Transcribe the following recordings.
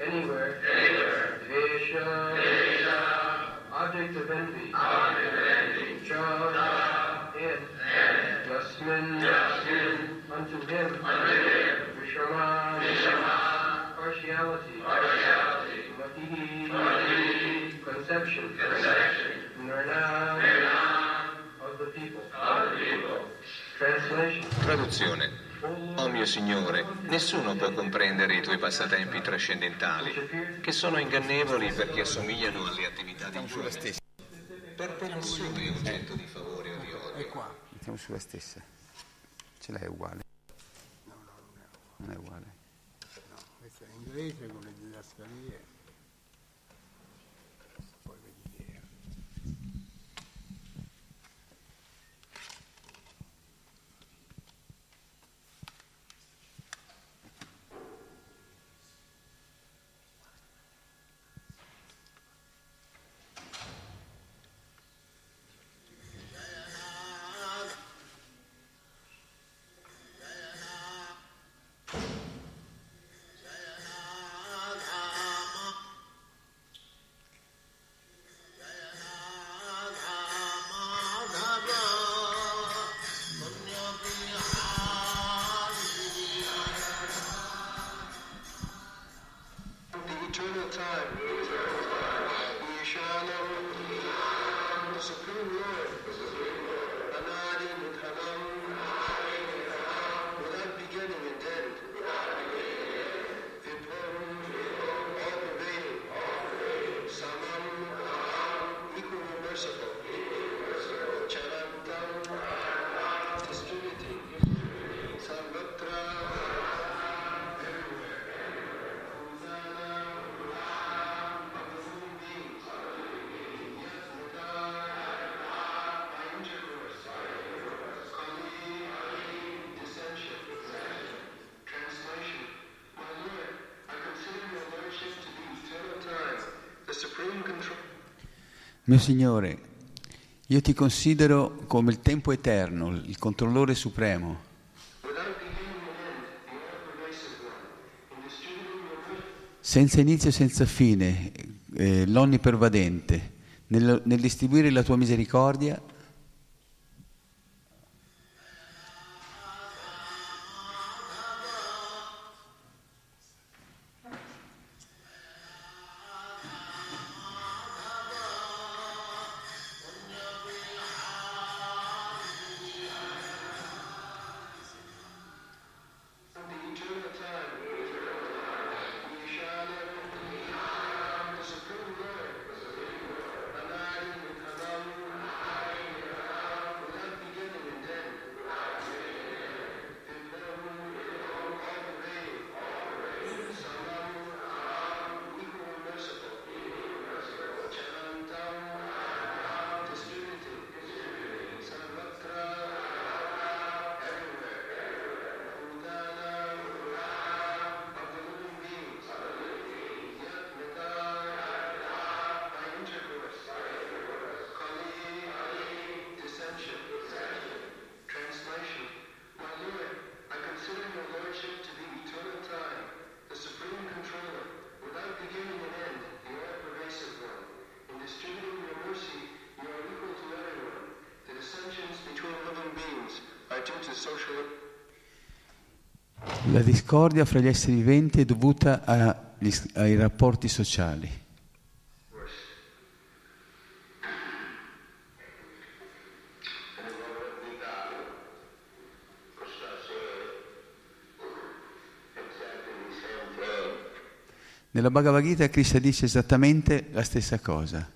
anywhere, Desha, object of envy, Cha, it, Yasmin, unto him, Vishama, partiality, Matihi, conception, Nirna, of the people. Translation. Traduzione. Oh mio Signore, nessuno può comprendere i tuoi passatempi trascendentali, che sono ingannevoli perché assomigliano alle attività di sulla stessa. Per te nessuno è oggetto di favore o di odio. È qua. Mettiamo sulla stessa. Ce l'hai uguale? No, non è uguale. No, questa è in inglese con le didascalie. Poi vedi che è. Eternal time, Yeshanam, the Supreme Lord, Anadi Nithanam, without beginning and end, Vipam, all-pervading, Samam, equal and merciful, Charantam, distributing, Sarvatra, Mio Signore, io ti considero come il tempo eterno, il controllore supremo. Senza inizio e senza fine, l'onnipervadente, nel distribuire la tua misericordia. La discordia fra gli esseri viventi è dovuta ai rapporti sociali. Nella Bhagavad Gita Krishna dice esattamente la stessa cosa.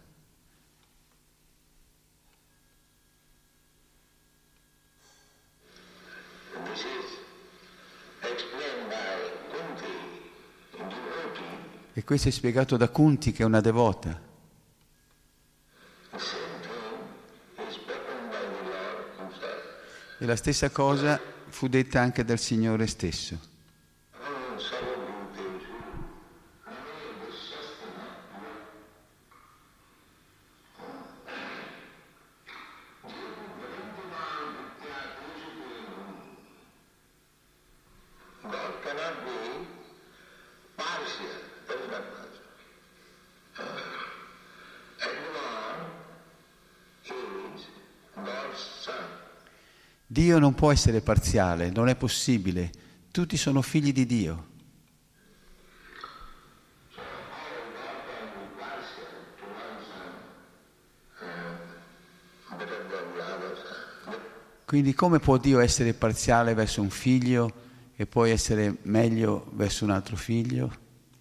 E questo è spiegato da Kunti, che è una devota. E la stessa cosa fu detta anche dal Signore stesso. Dio non può essere parziale, non è possibile. Tutti sono figli di Dio. Quindi come può Dio essere parziale verso un figlio e poi essere meglio verso un altro figlio?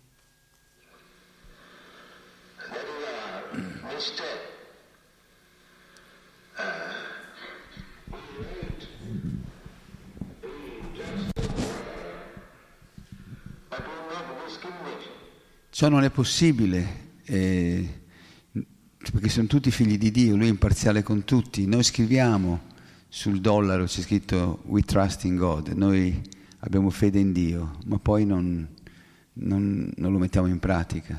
Ciò non è possibile, perché sono tutti figli di Dio, Lui è imparziale con tutti. Noi scriviamo sul dollaro, c'è scritto "We trust in God", noi abbiamo fede in Dio, ma poi non lo mettiamo in pratica.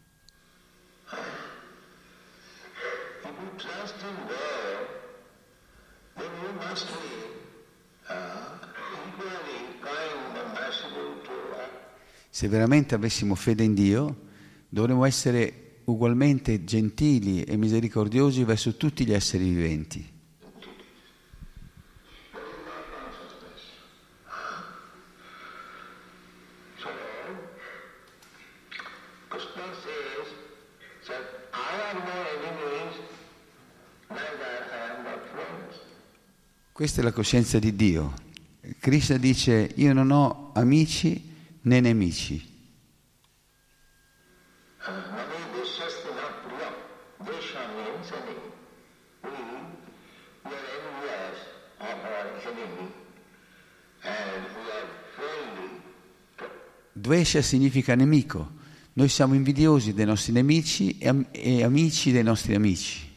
Se veramente avessimo fede in Dio, dovremmo essere ugualmente gentili e misericordiosi verso tutti gli esseri viventi. Questa è la coscienza di Dio. Krishna dice: io non ho amici né nemici. Dvesha significa nemico. Noi siamo invidiosi dei nostri nemici e amici dei nostri amici.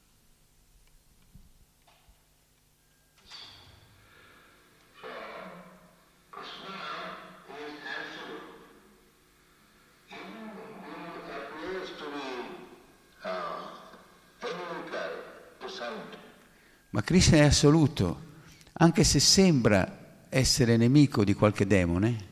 Ma Krishna è assoluto, anche se sembra essere nemico di qualche demone.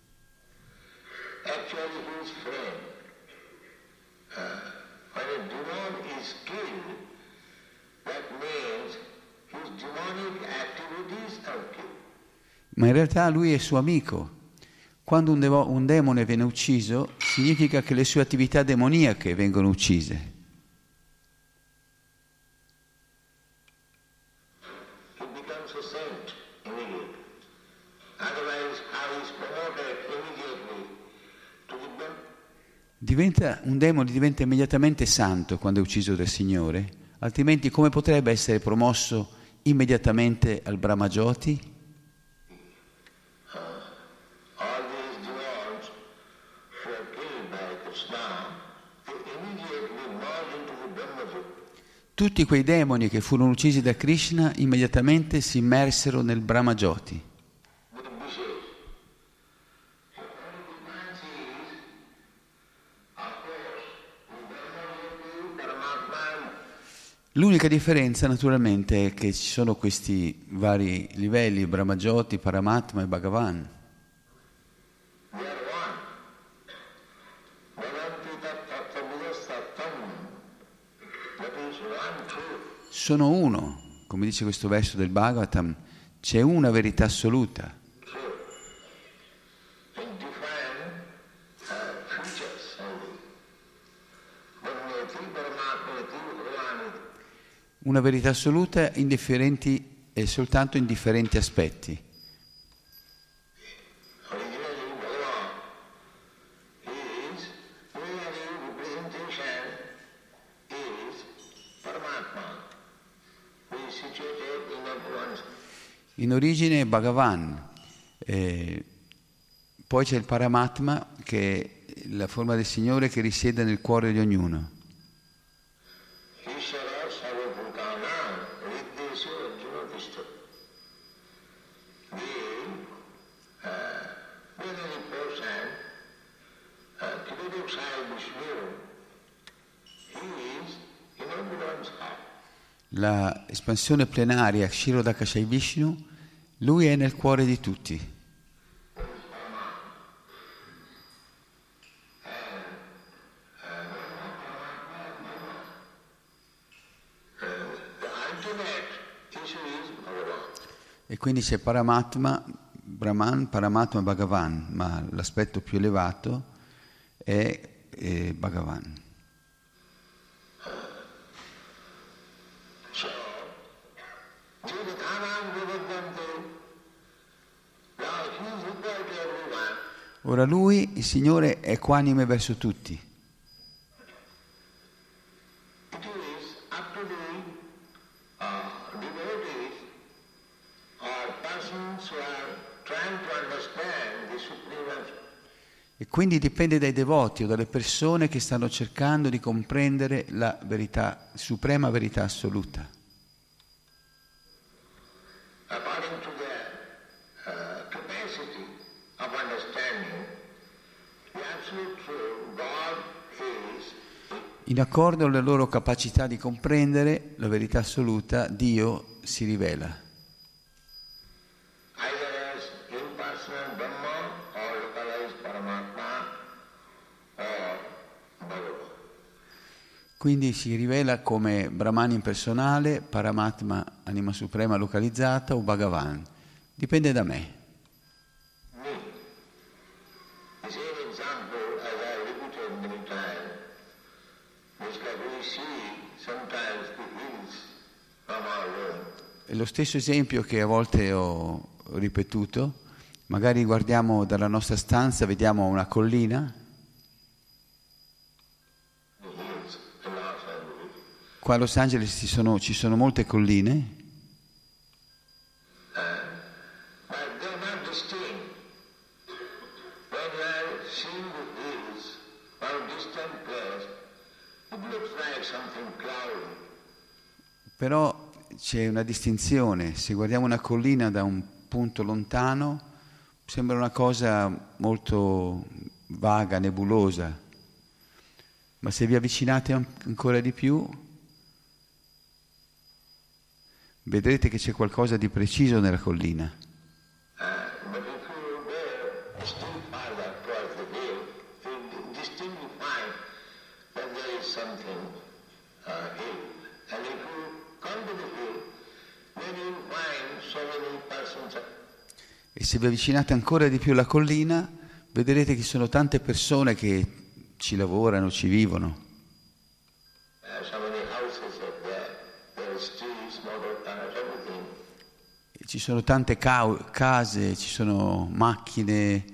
Ma in realtà lui è suo amico. Quando un demone viene ucciso, significa che le sue attività demoniache vengono uccise. Un demone diventa immediatamente santo quando è ucciso dal Signore, altrimenti come potrebbe essere promosso immediatamente al Brahmajoti? Tutti quei demoni che furono uccisi da Krishna immediatamente si immersero nel Brahmajoti. L'unica differenza naturalmente è che ci sono questi vari livelli, Brahmajoti, Paramatma e Bhagavan. Sono uno, come dice questo verso del Bhagavatam, c'è una verità assoluta. Una verità assoluta e soltanto in differenti aspetti. In origine è Bhagavan, poi c'è il Paramatma, che è la forma del Signore che risiede nel cuore di ognuno. La espansione plenaria Kshirodakashayi Vishnu, lui è nel cuore di tutti. quindi c'è Paramatma, Brahman, Paramatma e Bhagavan, ma l'aspetto più elevato è Bhagavan. So, Jivathanam Vivadantu, now he is equal to everyone. Ora lui, il Signore, è equanime verso tutti. It is up to the devotees or persons who are trying to understand the Supreme. E quindi dipende dai devoti o dalle persone che stanno cercando di comprendere la verità, suprema verità assoluta. According to their capacity of understanding, the absolute truth, God is. In accordo alle loro capacità di comprendere la verità assoluta, Dio si rivela. Either as impersonal Brahma or localized Paramatma or Bhagavan. Quindi si rivela come Brahman impersonale, Paramatma, anima suprema localizzata, o Bhagavan. Dipende da me. Me. The same example as I repeated many times. It's like we see sometimes the hills from our room. È lo stesso esempio che a volte ho ripetuto. Magari guardiamo dalla nostra stanza, vediamo una collina. The hills in Los Angeles. Qua a Los Angeles ci sono molte colline, But they're not distinct. When you are seeing the hills from a distant place, it looks like something cloudy. però c'è una distinzione. Se guardiamo una collina da un punto lontano, sembra una cosa molto vaga, nebulosa. Ma se vi avvicinate ancora di più, vedrete che c'è qualcosa di preciso nella collina. But if you go still farther towards the hill, you distinctly find that there is something hill. And if you come to the hill, then you find so many persons. E se vi avvicinate ancora di più alla collina, vedrete che ci sono tante persone che ci lavorano, ci vivono. So many houses up there. There is trees, motor cars, everything. E ci sono tante case, ci sono macchine,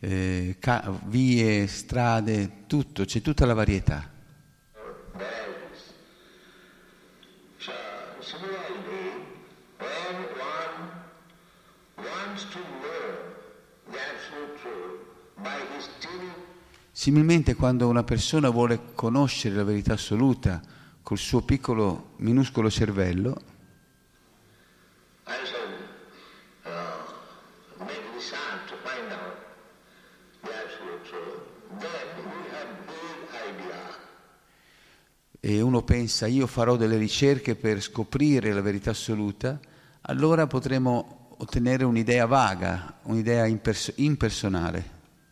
vie, strade, tutto, c'è tutta la varietà. Varieties. So similarly, when one wants to learn the absolute truth by his tiny. Similmente, quando una persona vuole conoscere la verità assoluta col suo piccolo, minuscolo cervello, I shall make research to find out the absolute truth. Then we have big idea. e uno pensa io farò delle ricerche per scoprire la verità assoluta, allora potremo ottenere un'idea vaga, un'idea impersonale.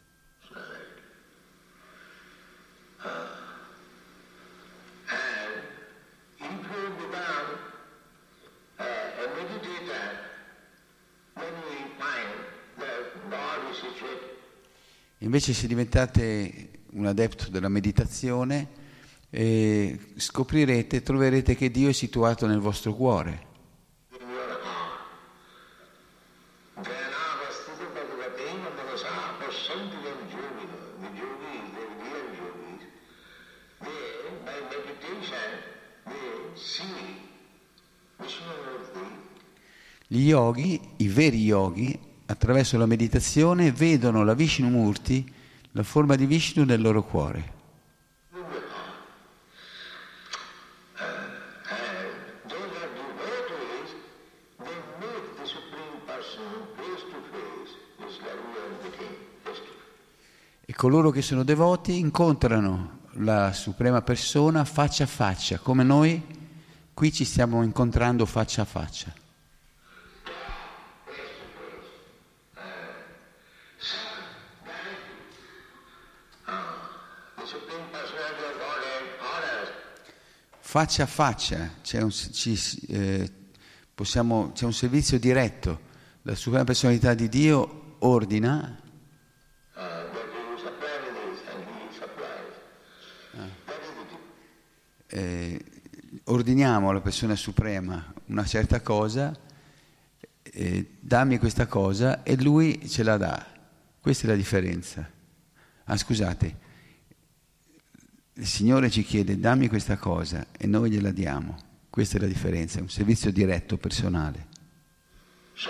And if you become a meditator, then we find that God is situated. Invece se diventate un adepto della meditazione, scoprirete, troverete che Dio è situato nel vostro cuore. In your heart. Jnanavastita bhagavateena manasa pasyantyam yogina. The yogis, the real yogis, they, by meditation, they see Vishnumurti. Gli yogi, i veri yogi, attraverso la meditazione vedono la Vishnumurti, la forma di Vishnu nel loro cuore. And those are devotees, they meet the Supreme Person face to face, just like we are meeting face to face. E coloro che sono devoti incontrano la Suprema Persona faccia a faccia, come noi qui ci stiamo incontrando faccia a faccia. The Supreme Personality of Godhead orders Faccia a faccia c'è un servizio diretto La Suprema Personalità di Dio ordina that you supply this and he supplies. That is the difference. ordiniamo alla persona suprema una certa cosa, dammi questa cosa e lui ce la dà. Questa è la differenza. Scusate, il Signore ci chiede dammi questa cosa e noi gliela diamo. Questa è la differenza, è un servizio diretto, personale. So,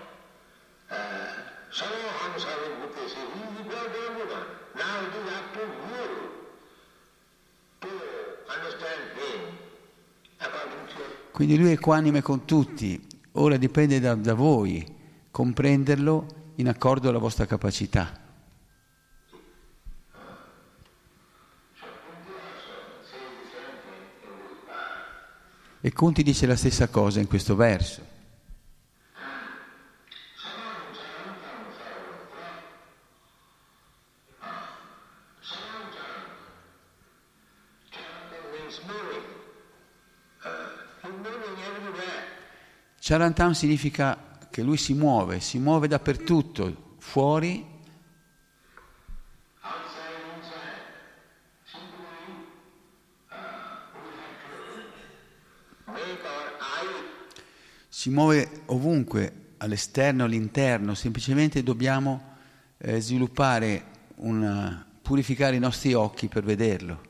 Sarvaham Sarvabhute says, he is equal to everyone. Now it is up to you to understand him according to your... Quindi lui è equanime con tutti, ora dipende da voi comprenderlo in accordo alla vostra capacità. E Kunti dice la stessa cosa in questo verso. Charantam significa che lui si muove dappertutto, fuori si muove ovunque, all'esterno, all'interno, semplicemente dobbiamo purificare i nostri occhi per vederlo.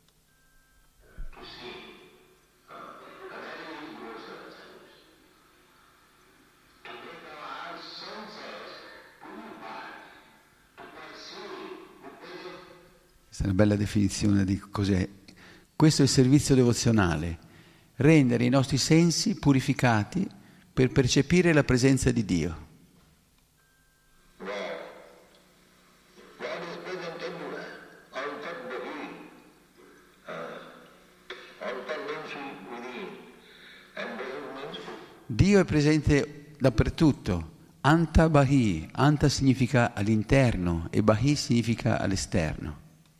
Questa è una bella definizione di cos'è. Questo è il servizio devozionale, rendere i nostri sensi purificati per percepire la presenza di Dio. God is present everywhere. Altar means within. And Bahi means Dio è presente dappertutto. Anta Bahi. Anta significa all'interno e Bahi significa all'esterno.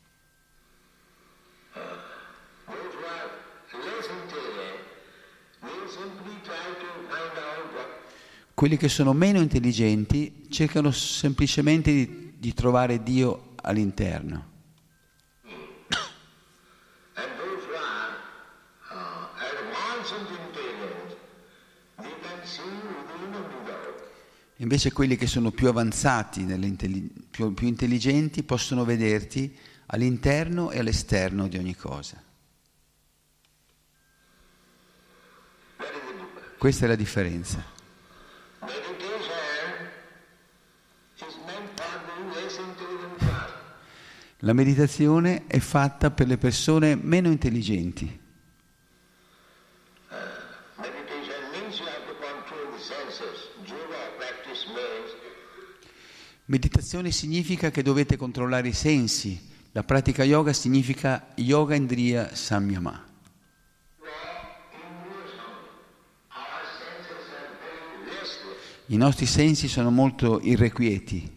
Quelli che sono meno intelligenti cercano semplicemente di trovare Dio all'interno. Invece quelli che sono più avanzati, più intelligenti, possono vederti all'interno e all'esterno di ogni cosa. Questa è la differenza. La meditazione è fatta per le persone meno intelligenti. Meditazione significa che dovete controllare i sensi. La pratica yoga significa yoga indriya samyama. I nostri sensi sono molto irrequieti.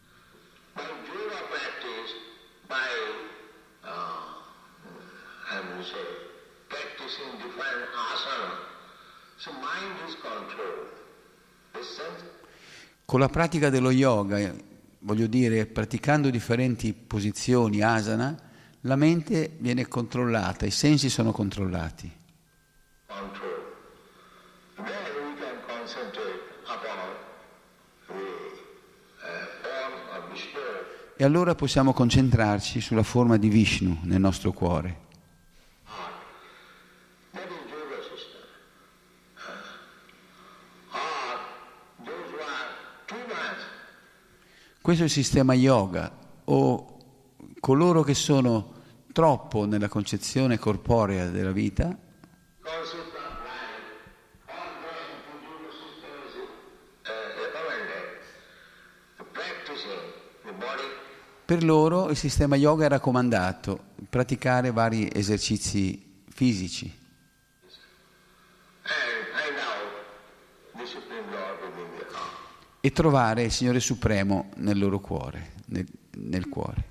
Con la pratica dello yoga, voglio dire, praticando differenti posizioni, asana, la mente viene controllata, i sensi sono controllati. E allora possiamo concentrarci sulla forma di Vishnu nel nostro cuore. Questo è il sistema yoga, o coloro che sono troppo nella concezione corporea della vita per loro il sistema yoga è raccomandato praticare vari esercizi fisici e trovare il Signore Supremo nel loro cuore, nel cuore.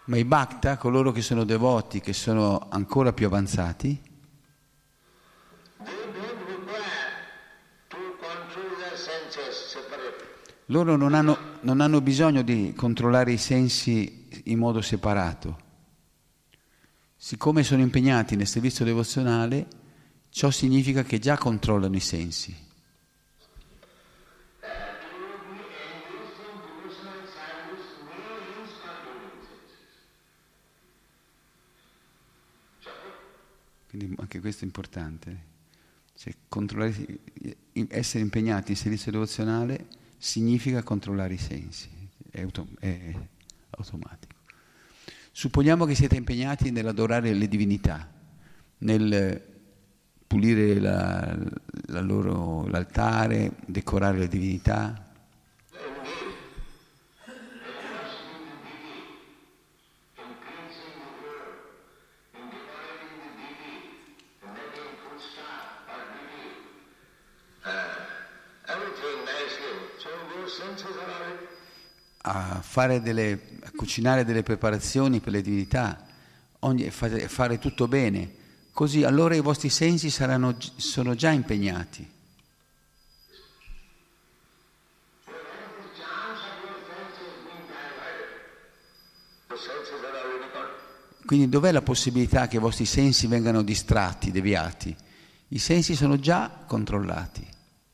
Ma i bhakta, coloro che sono devoti, che sono ancora più avanzati, they don't require to control their senses separately. loro non hanno bisogno di controllare i sensi in modo separato. Siccome sono impegnati nel servizio devozionale, ciò significa che già controllano i sensi. Quindi anche questo è importante. Cioè, essere impegnati in servizio devozionale significa controllare i sensi, è automatico. Supponiamo che siete impegnati nell'adorare le divinità, nel pulire l'altare, decorare le divinità. A cucinare delle preparazioni per le divinità, fare tutto bene, così allora i vostri sensi sono già impegnati. Quindi dov'è la possibilità che i vostri sensi vengano distratti, deviati? I sensi sono già controllati.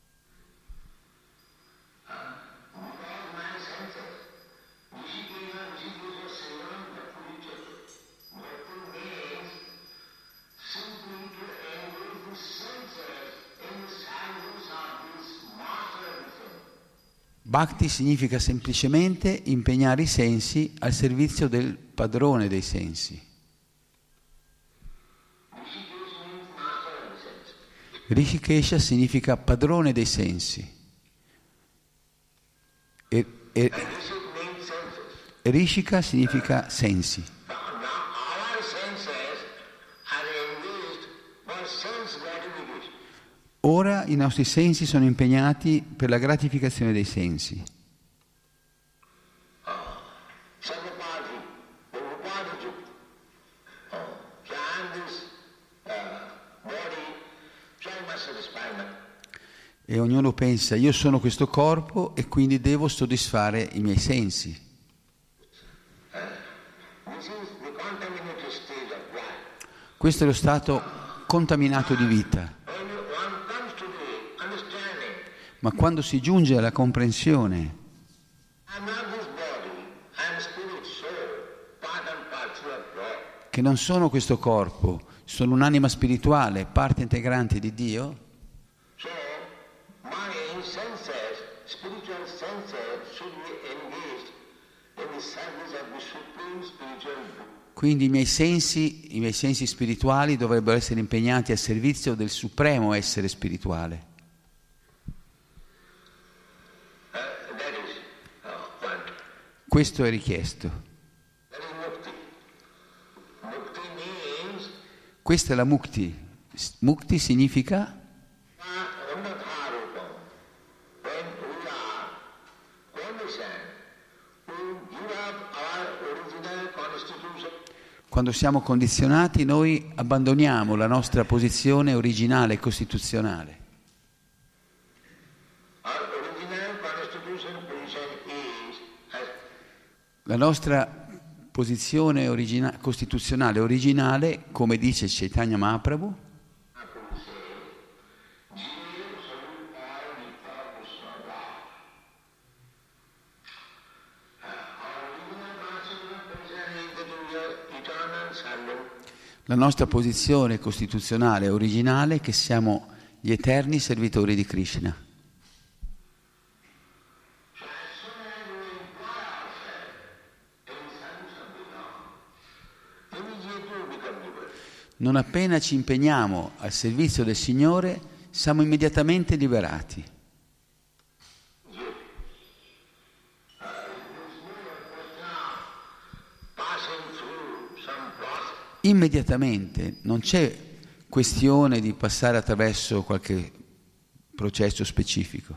Bhakti significa semplicemente impegnare i sensi al servizio del padrone dei sensi. Rishikesha significa padrone dei sensi. Rishika significa sensi. Ora i nostri sensi sono impegnati per la gratificazione dei sensi. E ognuno pensa, io sono questo corpo e quindi devo soddisfare i miei sensi. Questo è lo stato contaminato di vita. Ma quando si giunge alla comprensione che non sono questo corpo, sono un'anima spirituale, parte integrante di Dio, quindi i miei sensi spirituali dovrebbero essere impegnati al servizio del supremo essere spirituale. Questo è richiesto. Questa è la mukti. Mukti significa quando siamo condizionati noi abbandoniamo la nostra posizione originale e costituzionale. La nostra posizione costituzionale originale, come dice Chaitanya Mahaprabhu, la nostra posizione costituzionale originale è che siamo gli eterni servitori di Krishna. Non appena ci impegniamo al servizio del Signore, siamo immediatamente liberati. Immediatamente, non c'è questione di passare attraverso qualche processo specifico.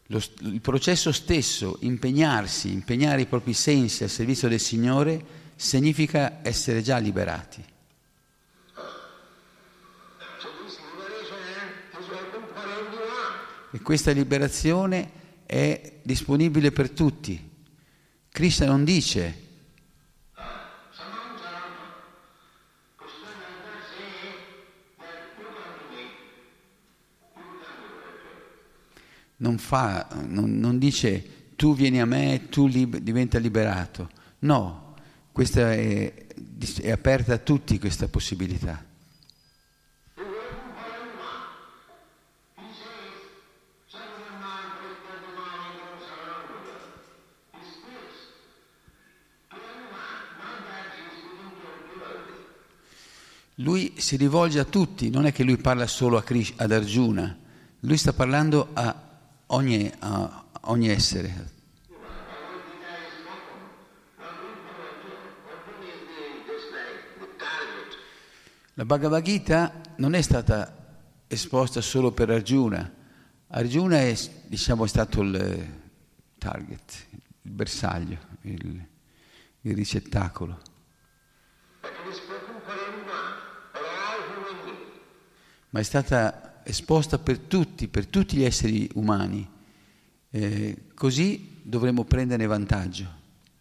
Il processo stesso, impegnare i propri sensi al servizio del Signore, significa essere già liberati. E questa liberazione è disponibile per tutti. Krishna non dice non dice tu vieni a me, tu diventa liberato. No, questa è aperta a tutti questa possibilità. Lui si rivolge a tutti, non è che lui parla solo ad Arjuna, lui sta parlando a ogni essere. La Bhagavad Gita non è stata esposta solo per Arjuna. Arjuna è, diciamo, stato il target, il bersaglio, il ricettacolo. Ma è stata esposta per tutti gli esseri umani. Così dovremo prenderne vantaggio.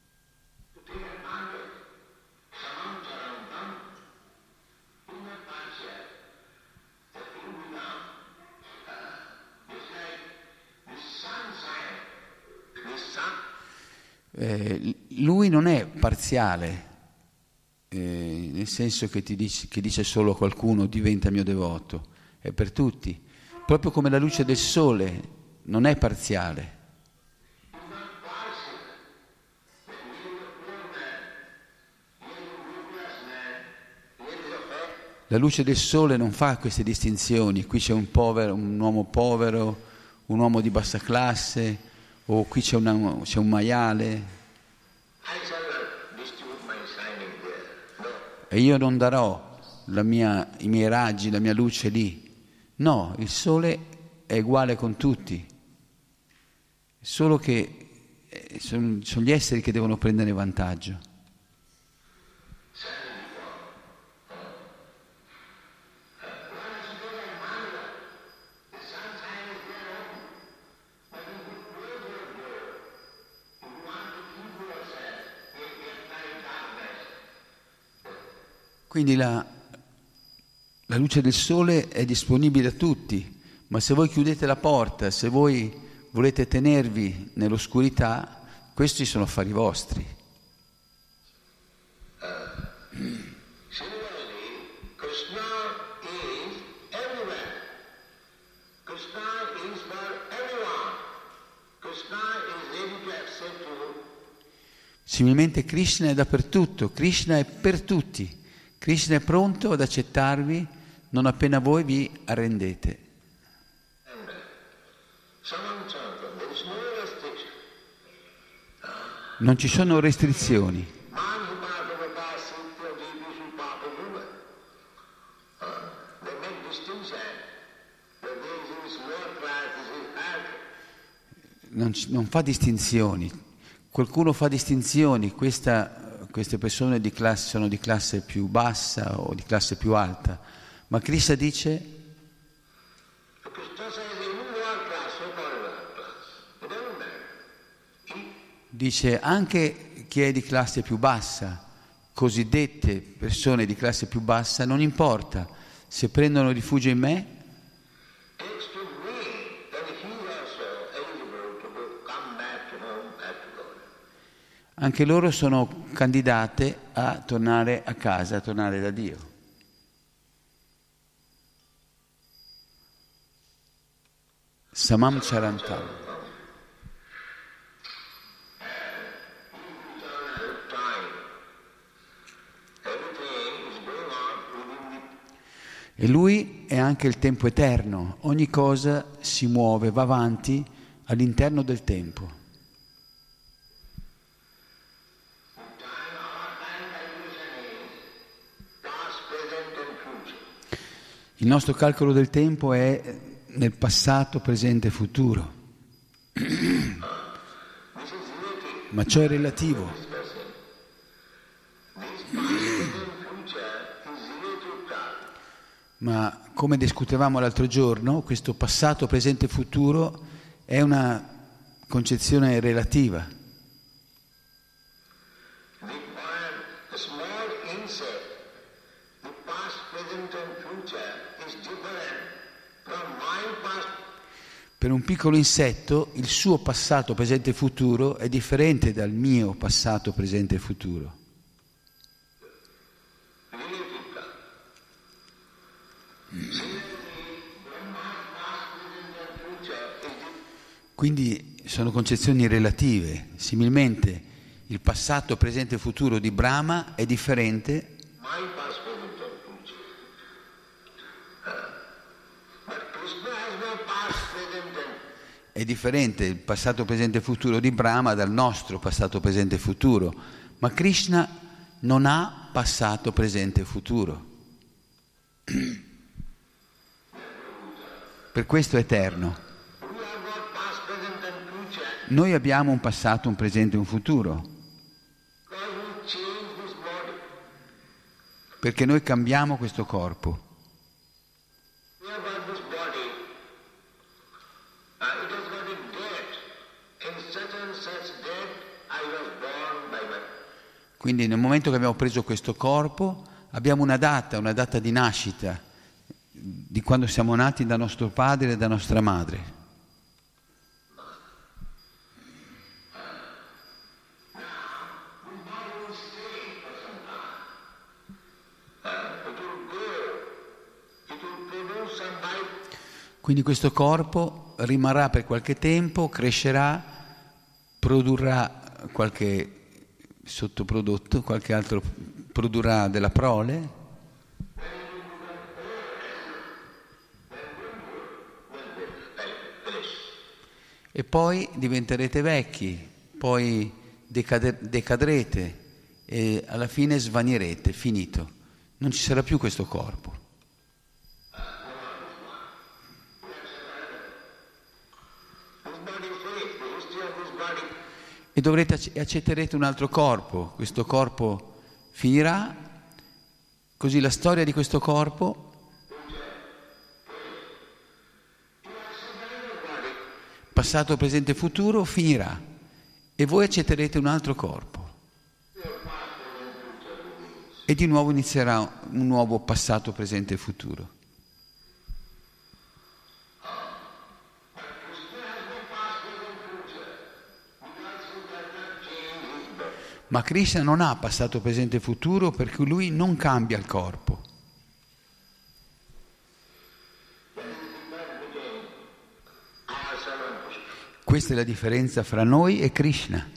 Lui non è parziale, nel senso che dice solo a qualcuno diventa mio devoto, è per tutti, proprio come la luce del sole non è parziale. La luce del sole non fa queste distinzioni, qui c'è un uomo povero, un uomo di bassa classe, o qui c'è un maiale. E io non darò i miei raggi, la mia luce lì. No, il sole è uguale con tutti. Solo che sono gli esseri che devono prendere vantaggio. Quindi la luce del sole è disponibile a tutti, ma se voi chiudete la porta, se voi volete tenervi nell'oscurità, questi sono affari vostri. Similmente Krishna è dappertutto, Krishna è per tutti. Krishna è pronto ad accettarvi non appena voi vi arrendete. Non ci sono restrizioni. Non fa distinzioni. Qualcuno fa distinzioni, queste persone sono di classe più bassa o di classe più alta, ma Krishna dice anche chi è di classe più bassa, cosiddette persone di classe più bassa, non importa, se prendono rifugio in me, anche loro sono candidate a tornare a casa, a tornare da Dio. Samam Charantam. E lui è anche il tempo eterno, ogni cosa si muove, va avanti all'interno del tempo. Il nostro calcolo del tempo è nel passato, presente e futuro. Ma ciò è relativo. Ma come discutevamo l'altro giorno, questo passato, presente e futuro è una concezione relativa. Per un piccolo insetto il suo passato, presente e futuro è differente dal mio passato, presente e futuro. Quindi sono concezioni relative. Similmente il passato, presente e futuro di Brahma è differente il passato, presente e futuro di Brahma dal nostro passato, presente e futuro, ma Krishna non ha passato, presente e futuro. Per questo è eterno. Noi abbiamo un passato, un presente e un futuro, perché noi cambiamo questo corpo. Quindi nel momento che abbiamo preso questo corpo abbiamo una data di nascita, di quando siamo nati da nostro padre e da nostra madre. Quindi questo corpo rimarrà per qualche tempo, crescerà, produrrà qualche sottoprodotto, qualche altro produrrà della prole e poi diventerete vecchi, poi decadrete e alla fine svanirete, finito. Non ci sarà più questo corpo. E accetterete un altro corpo, questo corpo finirà, così la storia di questo corpo, passato, presente e futuro, finirà e voi accetterete un altro corpo e di nuovo inizierà un nuovo passato, presente e futuro. Ma Krishna non ha passato, presente e futuro perché lui non cambia il corpo. Questa è la differenza fra noi e Krishna.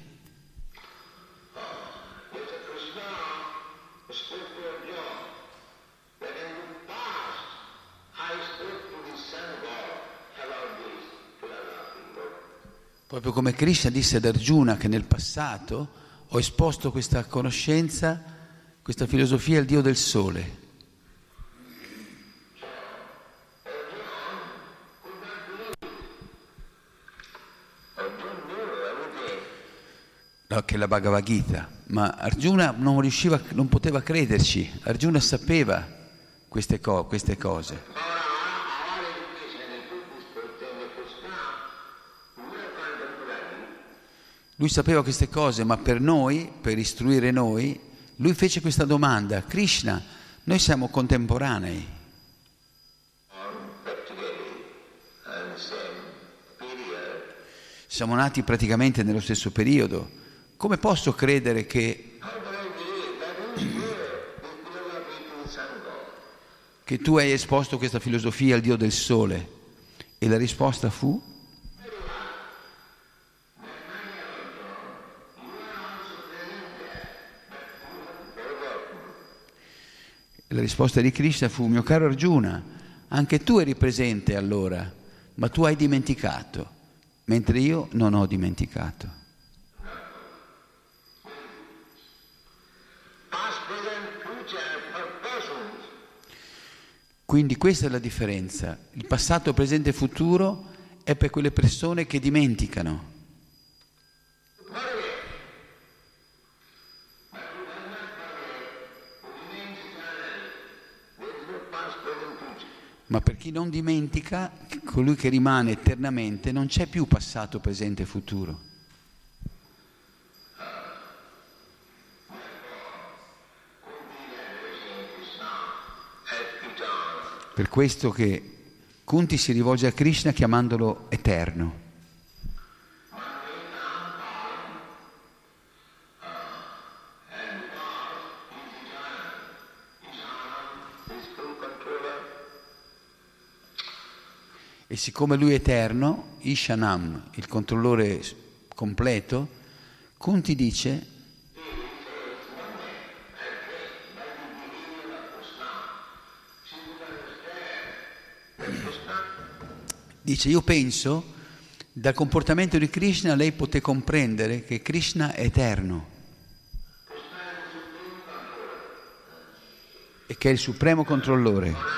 Proprio come Krishna disse ad Arjuna che nel passato ho esposto questa conoscenza, questa filosofia al Dio del Sole. Che è la Bhagavad Gita, ma Arjuna non poteva crederci. Arjuna sapeva queste cose. Lui sapeva queste cose, ma per noi, per istruire noi, lui fece questa domanda: Krishna, noi siamo contemporanei. Siamo nati praticamente nello stesso periodo. Come posso credere che tu hai esposto questa filosofia al Dio del Sole? E la risposta fu: la risposta di Krishna fu: mio caro Arjuna, anche tu eri presente allora, ma tu hai dimenticato, mentre io non ho dimenticato. Quindi questa è la differenza. Il passato, presente e futuro è per quelle persone che dimenticano. Ma per chi non dimentica, colui che rimane eternamente, non c'è più passato, presente e futuro. Per questo che Kunti si rivolge a Krishna chiamandolo eterno. E siccome lui è eterno, Ishanam, il controllore completo, Kunti dice: io penso, dal comportamento di Krishna lei poté comprendere che Krishna è eterno e che è il supremo controllore.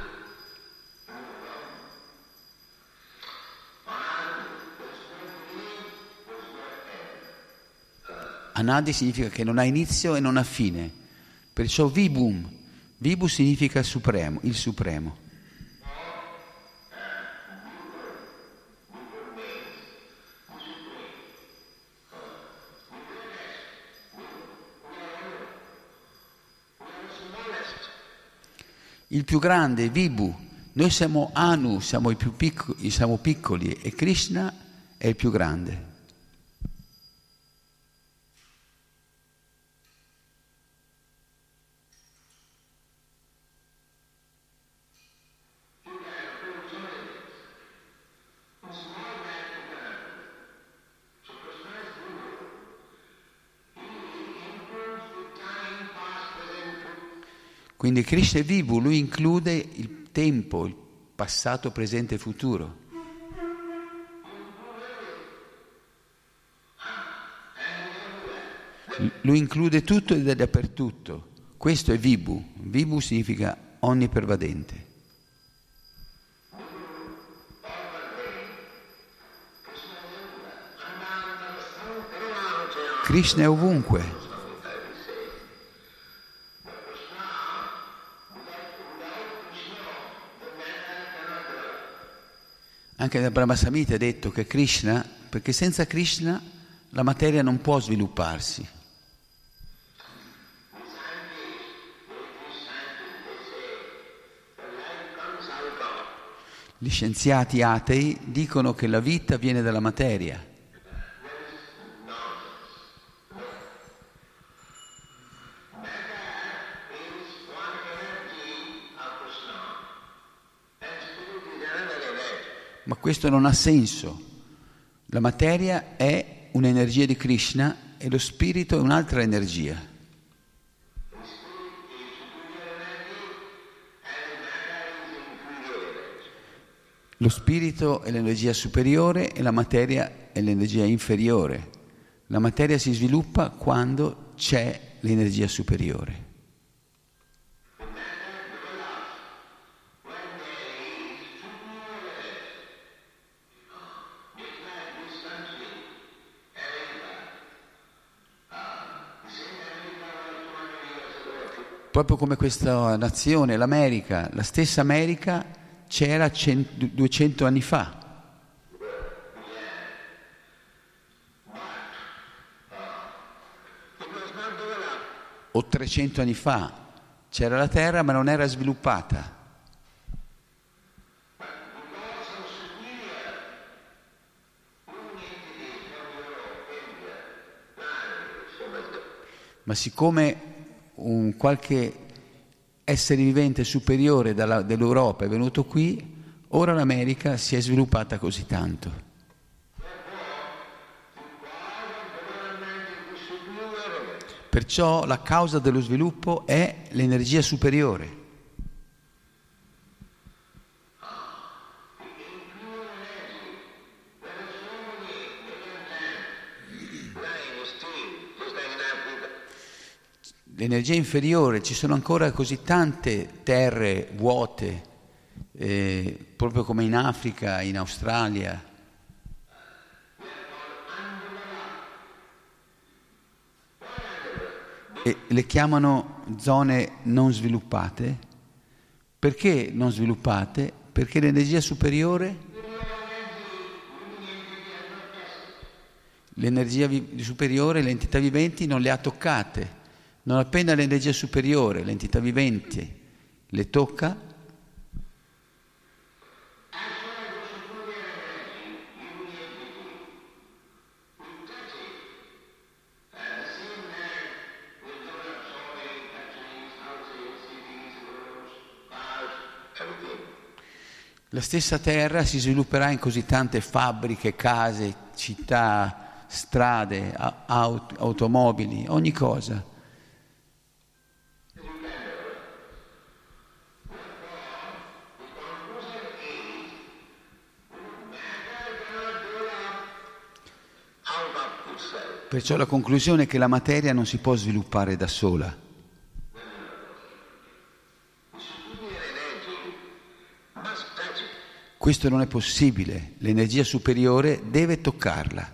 Anadi significa che non ha inizio e non ha fine, perciò Vibhum, Vibhu significa supremo, il supremo. Il più grande, Vibhu, noi siamo Anu, siamo i più piccoli, siamo piccoli e Krishna è il più grande. Quindi Krishna è Vibhu, lui include il tempo, il passato, presente e futuro. Lui include tutto ed è dappertutto. Questo è Vibhu. Vibhu significa onnipervadente. Krishna è ovunque. Anche nel Brahma Samhita è detto che Krishna, perché senza Krishna la materia non può svilupparsi. Gli scienziati atei dicono che la vita viene dalla materia. Ma questo non ha senso. La materia è un'energia di Krishna e lo spirito è un'altra energia. Lo spirito è l'energia superiore e la materia è l'energia inferiore. La materia si sviluppa quando c'è l'energia superiore. Proprio come questa nazione, l'America, la stessa America c'era 200 anni fa. O 300 anni fa c'era la Terra ma non era sviluppata. Ma siccome un qualche essere vivente superiore dell'Europa è venuto qui, ora l'America si è sviluppata così tanto. Perciò la causa dello sviluppo è l'energia superiore. L'energia inferiore, ci sono ancora così tante terre vuote, proprio come in Africa, in Australia. E le chiamano zone non sviluppate. Perché non sviluppate? Perché l'energia superiore, le entità viventi non le ha toccate. Non appena l'energia superiore, l'entità vivente, le tocca, la stessa terra si svilupperà in così tante fabbriche, case, città, strade, automobili, ogni cosa. Perciò la conclusione è che la materia non si può sviluppare da sola. Questo non è possibile, l'energia superiore deve toccarla.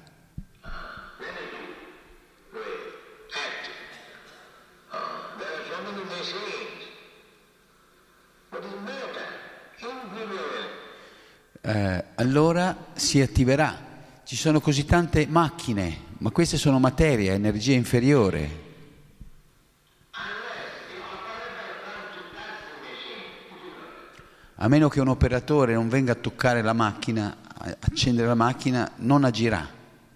Allora si attiverà. Ci sono così tante macchine, ma queste sono materia, energia inferiore. A meno che un operatore non venga a toccare la macchina, a accendere la macchina, non agirà.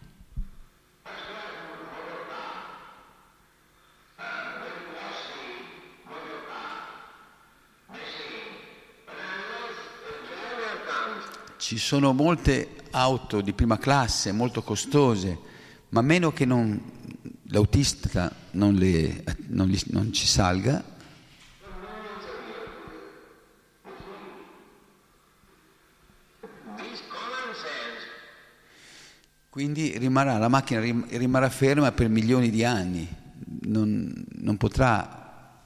Ci sono molte auto di prima classe, molto costose, ma a meno che l'autista non ci salga, quindi la macchina rimarrà ferma per milioni di anni, non potrà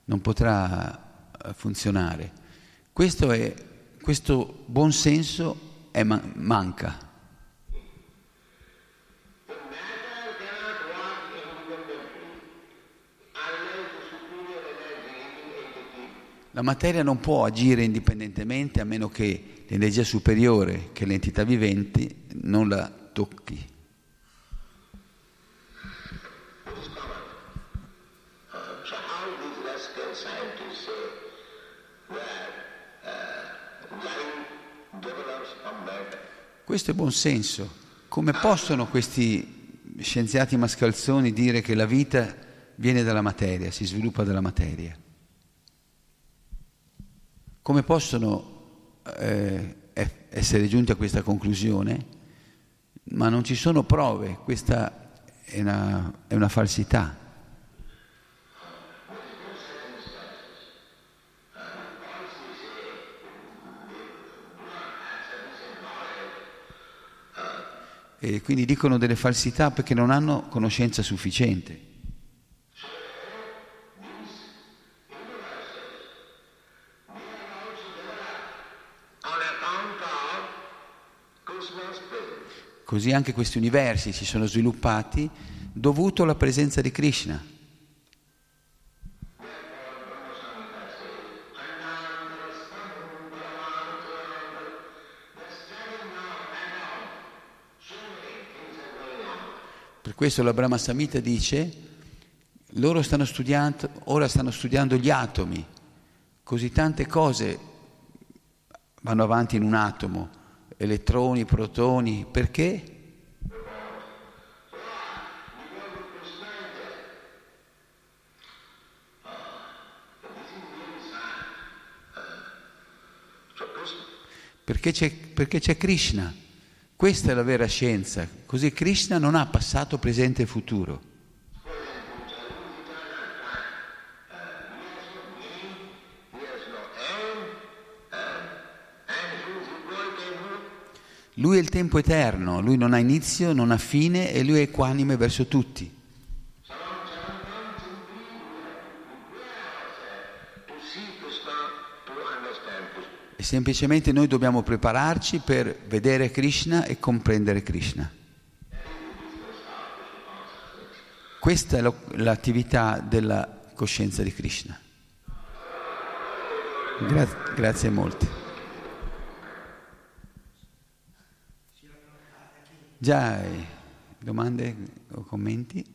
funzionare. Questo buon senso manca. La materia non può agire indipendentemente a meno che l'energia superiore, che è l'entità vivente, non la tocchi. Questo è buon senso. Come possono questi scienziati mascalzoni dire che la vita viene dalla materia, si sviluppa dalla materia? Come possono essere giunti a questa conclusione? Ma non ci sono prove, questa è una falsità. E quindi dicono delle falsità perché non hanno conoscenza sufficiente. Così anche questi universi si sono sviluppati dovuto alla presenza di Krishna. Per questo la Brahma Samhita dice, ora stanno studiando gli atomi, così tante cose vanno avanti in un atomo, elettroni, protoni, perché? Perché c'è Krishna. Questa è la vera scienza. Così Krishna non ha passato, presente e futuro. Lui è il tempo eterno, lui non ha inizio, non ha fine e lui è equanime verso tutti. semplicemente noi dobbiamo prepararci per vedere Krishna e comprendere Krishna. Questa è l'attività della coscienza di Krishna. Grazie molti. Già, domande o commenti?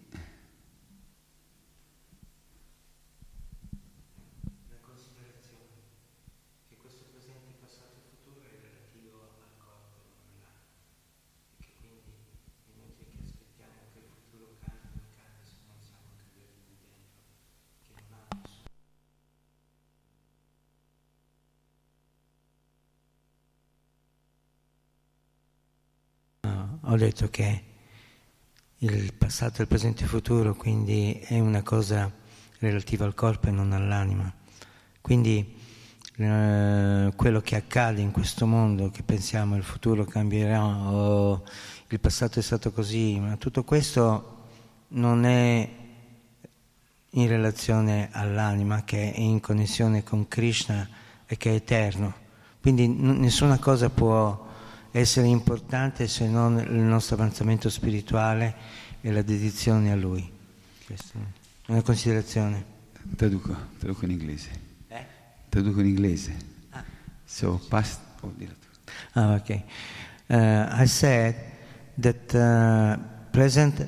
Ho detto che il passato, il presente e il futuro, quindi è una cosa relativa al corpo e non all'anima. Quindi quello che accade in questo mondo, che pensiamo il futuro cambierà o il passato è stato così, ma tutto questo non è in relazione all'anima, che è in connessione con Krishna e che è eterno. Quindi nessuna cosa può essere importante se non il nostro avanzamento spirituale e la dedizione a Lui. Questa è una considerazione. Traduco in inglese. Traduco in inglese. So, past... dillo tu. Okay. I said that present,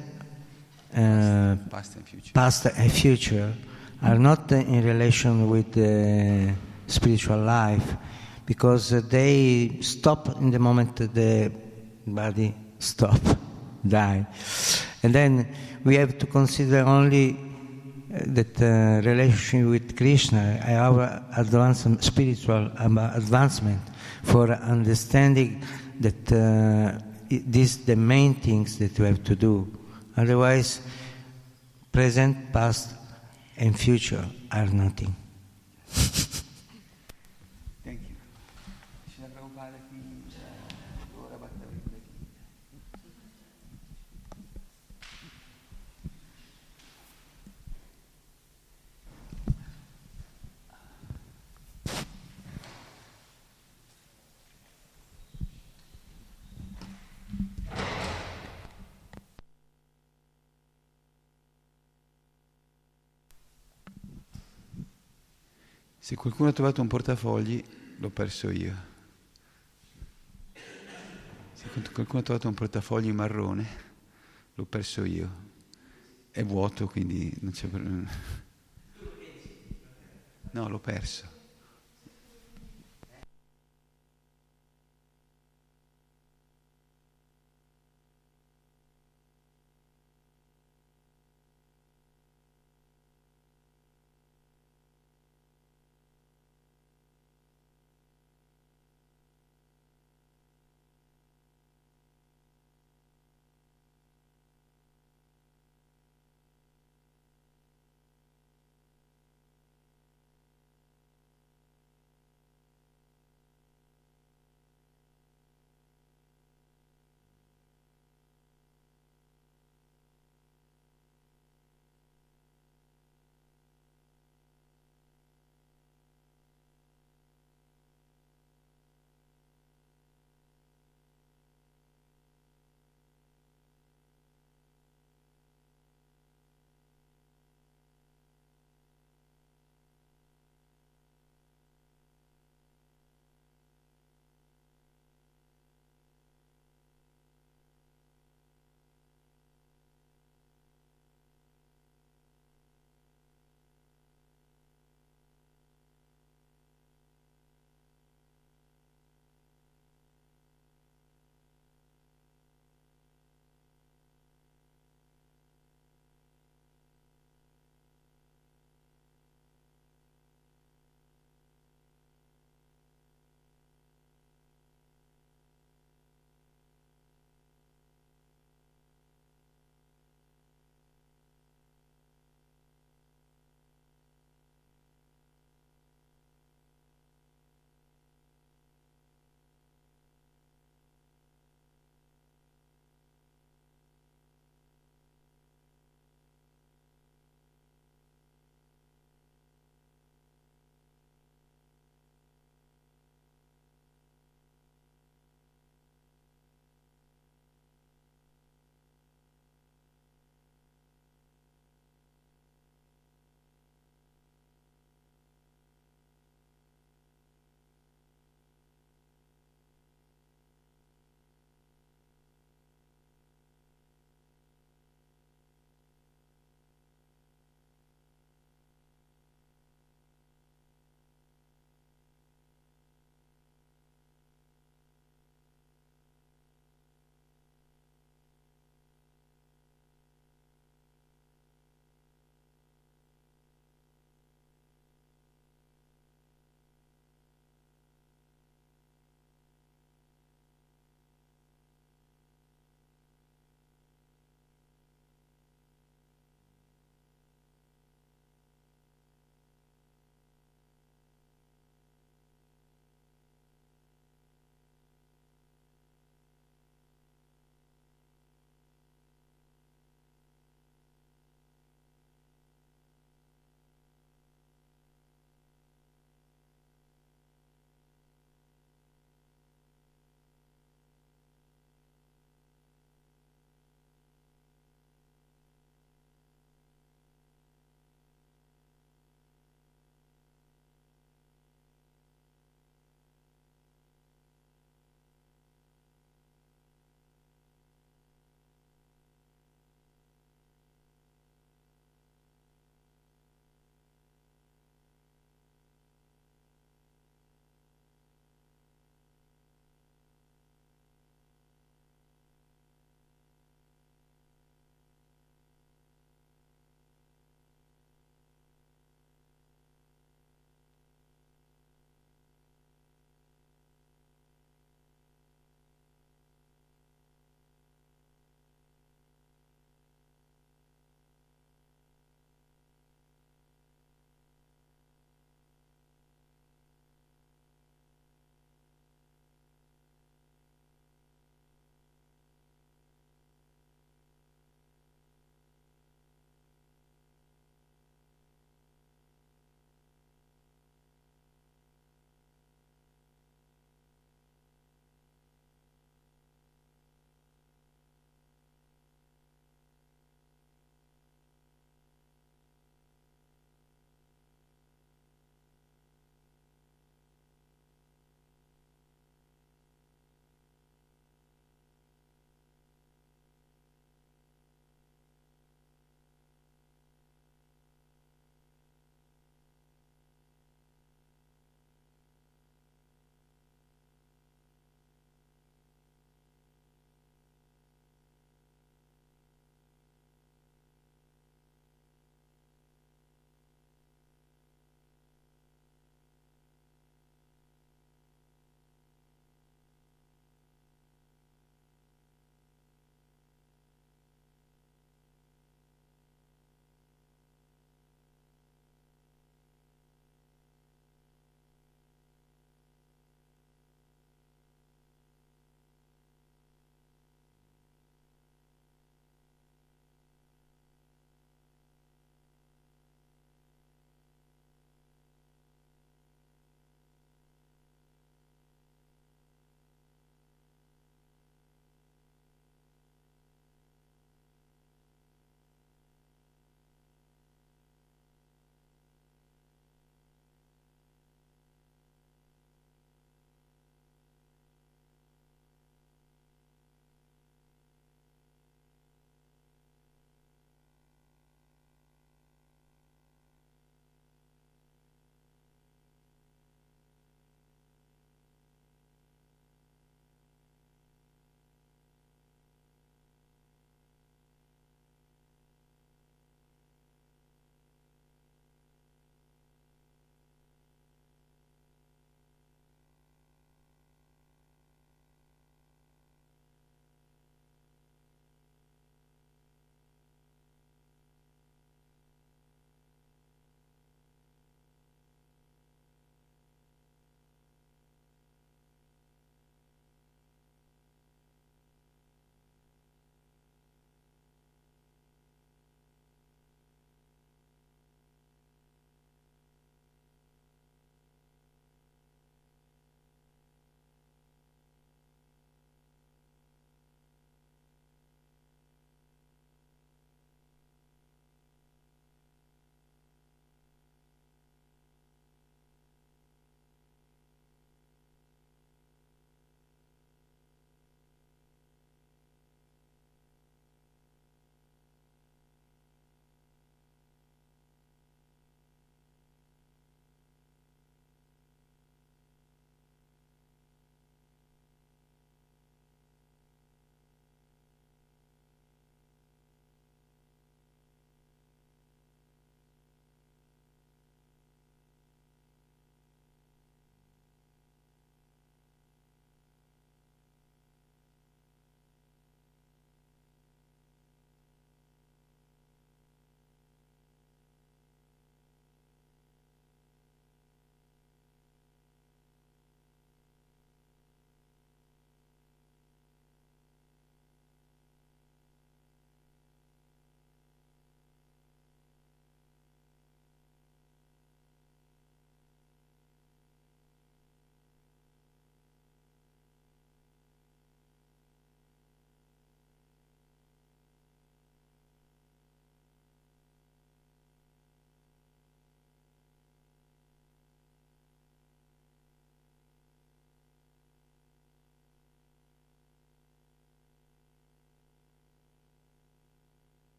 past and future are not in relation with the spiritual life, because they stop in the moment the body die. And then we have to consider only that relation with Krishna, our spiritual advancement, for understanding that these the main things that we have to do. Otherwise, present, past, and future are nothing. Se qualcuno ha trovato un portafogli, l'ho perso io. Se qualcuno ha trovato un portafogli marrone, l'ho perso io. È vuoto, quindi non c'è problema. No, l'ho perso.